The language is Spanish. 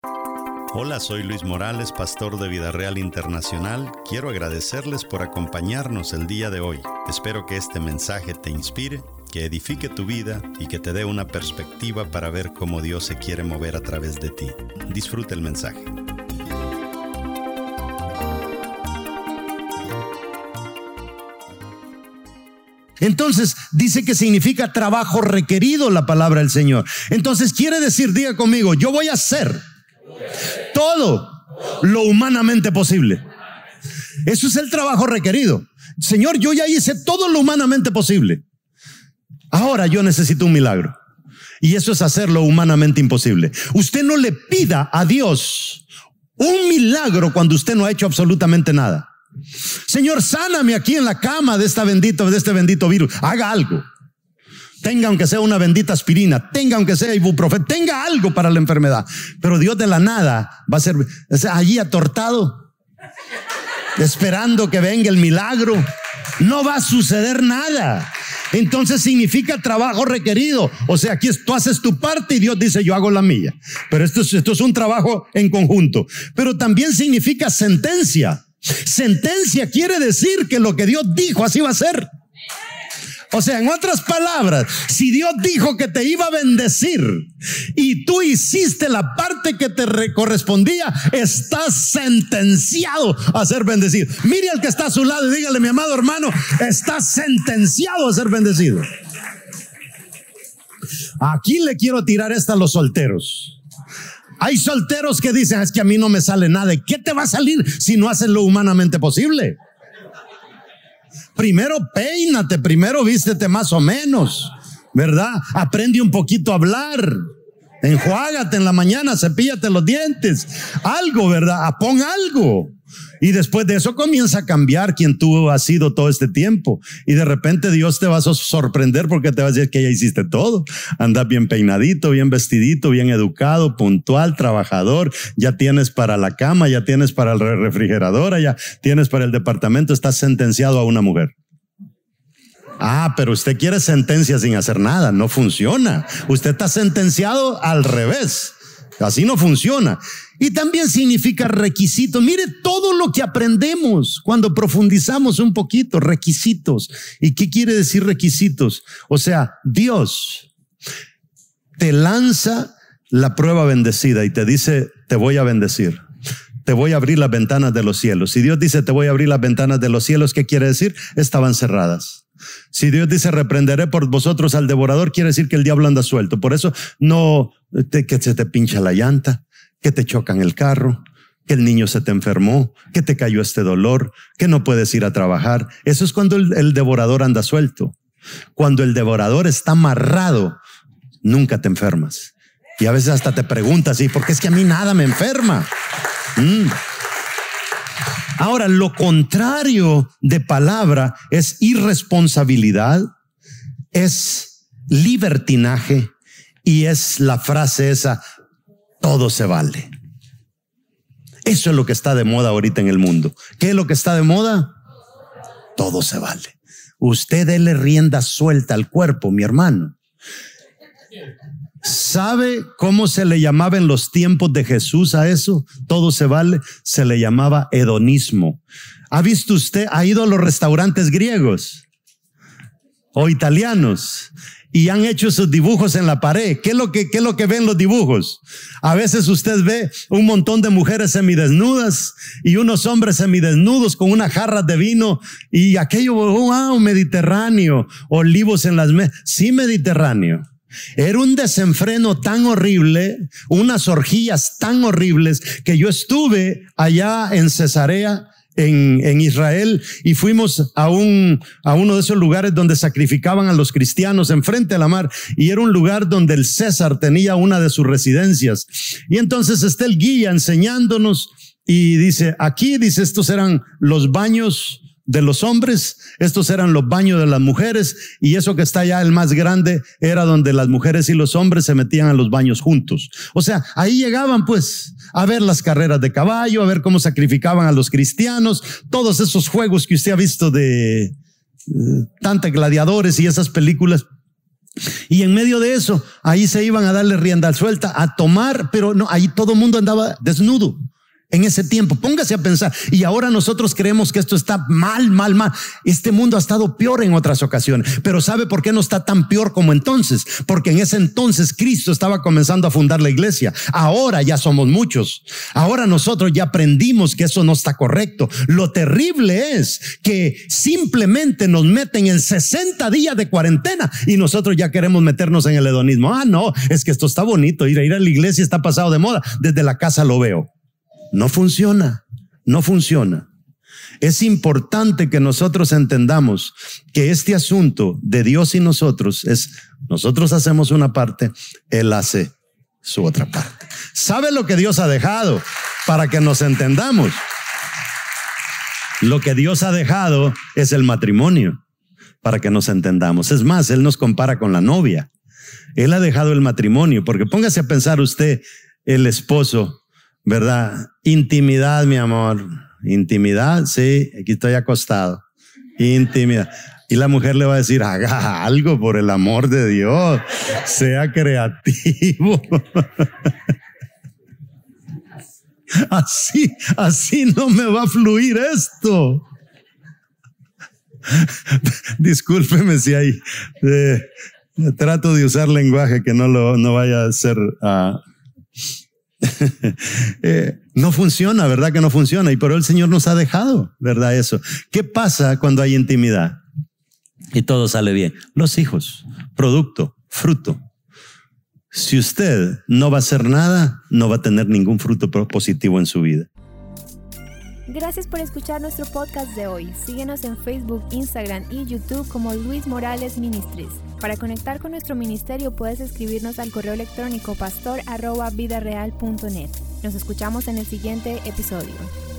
Hola, soy Luis Morales, pastor de Vida Real Internacional. Quiero agradecerles por acompañarnos el día de hoy. Espero que este mensaje te inspire, que edifique tu vida y que te dé una perspectiva para ver cómo Dios se quiere mover a través de ti. Disfruta el mensaje. Entonces, dice que significa trabajo requerido la palabra del Señor. Entonces, quiere decir, diga conmigo, yo voy a hacer todo lo humanamente posible. Eso es el trabajo requerido. Señor, yo ya hice todo lo humanamente posible. Ahora yo necesito un milagro. Y eso es hacer lo humanamente imposible. Usted no le pida a Dios un milagro cuando usted no ha hecho absolutamente nada. Señor, sáname aquí en la cama de este bendito virus. Haga algo. Tenga aunque sea una bendita aspirina, tenga aunque sea ibuprofeno, tenga algo para la enfermedad. Pero Dios de la nada va a ser allí atortado, esperando que venga el milagro. No va a suceder nada. Entonces significa trabajo requerido. O sea, aquí tú haces tu parte y Dios dice, yo hago la mía. Pero esto es un trabajo en conjunto. Pero también significa sentencia. Sentencia quiere decir que lo que Dios dijo así va a ser. O sea, en otras palabras, si Dios dijo que te iba a bendecir y tú hiciste la parte que te correspondía, estás sentenciado a ser bendecido. Mire al que está a su lado y dígale, mi amado hermano, estás sentenciado a ser bendecido. Aquí le quiero tirar esta a los solteros. Hay solteros que dicen, es que a mí no me sale nada. ¿Y qué te va a salir si no haces lo humanamente posible? Primero peínate, primero vístete más o menos, ¿verdad? Aprende un poquito a hablar, enjuágate en la mañana, cepíllate los dientes, algo, ¿verdad? Pon algo. Y después de eso comienza a cambiar quien tú has sido todo este tiempo. Y de repente Dios te va a sorprender porque te va a decir que ya hiciste todo. Andas bien peinadito, bien vestidito, bien educado, puntual, trabajador. Ya tienes para la cama, ya tienes para la refrigeradora, ya tienes para el departamento. Estás sentenciado a una mujer. Pero usted quiere sentencia sin hacer nada. No funciona. Usted está sentenciado al revés. Así no funciona. Y también significa requisitos. Mire todo lo que aprendemos cuando profundizamos un poquito. Requisitos. ¿Y qué quiere decir requisitos? O sea, Dios te lanza la prueba bendecida y te dice, te voy a bendecir. Te voy a abrir las ventanas de los cielos. Si Dios dice, te voy a abrir las ventanas de los cielos, ¿qué quiere decir? Estaban cerradas. Si Dios dice, reprenderé por vosotros al devorador, quiere decir que el diablo anda suelto. Por eso que se te pincha la llanta, que te chocan el carro, que el niño se te enfermó, que te cayó este dolor, que no puedes ir a trabajar. Eso es cuando el devorador anda suelto. Cuando el devorador está amarrado, nunca te enfermas. Y a veces hasta te preguntas, ¿y por qué es que a mí nada me enferma? Ahora, lo contrario de palabra es irresponsabilidad, es libertinaje y es la frase esa, todo se vale. Eso es lo que está de moda ahorita en el mundo. ¿Qué es lo que está de moda? Todo se vale. Usted déle rienda suelta al cuerpo, mi hermano. ¿Sabe cómo se le llamaba en los tiempos de Jesús a eso? Todo se vale. Se le llamaba hedonismo. ¿Ha visto usted? ¿Ha ido a los restaurantes griegos o italianos y han hecho esos dibujos en la pared? ¿Qué es lo que ven los dibujos? A veces usted ve un montón de mujeres semidesnudas y unos hombres semidesnudos con unas jarras de vino y aquello, wow, mediterráneo, olivos en las mesas. Sí, mediterráneo. Era un desenfreno tan horrible, unas orgías tan horribles, que yo estuve allá en Cesarea, en Israel, y fuimos a uno de esos lugares donde sacrificaban a los cristianos enfrente a la mar, y era un lugar donde el César tenía una de sus residencias. Y entonces está el guía enseñándonos y dice, estos eran los baños de los hombres, estos eran los baños de las mujeres, y eso que está allá, el más grande, era donde las mujeres y los hombres se metían a los baños juntos. O sea, ahí llegaban pues a ver las carreras de caballo, a ver cómo sacrificaban a los cristianos, todos esos juegos que usted ha visto de tantos gladiadores y esas películas. Y en medio de eso, ahí se iban a darle rienda suelta, a tomar, pero no, ahí todo el mundo andaba desnudo. En ese tiempo, póngase a pensar. Y ahora nosotros creemos que esto está mal. Este mundo ha estado peor en otras ocasiones. Pero ¿sabe por qué no está tan peor como entonces? Porque en ese entonces Cristo estaba comenzando a fundar la iglesia. Ahora ya somos muchos. Ahora nosotros ya aprendimos que eso no está correcto. Lo terrible es que simplemente nos meten en 60 días de cuarentena y nosotros ya queremos meternos en el hedonismo. No, es que esto está bonito. Ir a la iglesia está pasado de moda. Desde la casa lo veo. No funciona. Es importante que nosotros entendamos que este asunto de Dios y nosotros nosotros hacemos una parte, Él hace su otra parte. ¿Sabe lo que Dios ha dejado? Para que nos entendamos. Lo que Dios ha dejado es el matrimonio, para que nos entendamos. Es más, Él nos compara con la novia. Él ha dejado el matrimonio, porque póngase a pensar usted, el esposo, ¿verdad? Intimidad, mi amor. Intimidad, sí, aquí estoy acostado. Intimidad. Y la mujer le va a decir, haga algo por el amor de Dios. Sea creativo. Así no me va a fluir esto. Discúlpeme si hay... trato de usar lenguaje que no vaya a ser... no funciona, ¿verdad que no funciona? Y por eso el Señor nos ha dejado, ¿verdad? Eso. ¿Qué pasa cuando hay intimidad? Y todo sale bien. Los hijos, producto, fruto. Si usted no va a hacer nada, no va a tener ningún fruto positivo en su vida. Gracias por escuchar nuestro podcast de hoy. Síguenos en Facebook, Instagram y YouTube como Luis Morales Ministries. Para conectar con nuestro ministerio puedes escribirnos al correo electrónico pastor@vidareal.net. Nos escuchamos en el siguiente episodio.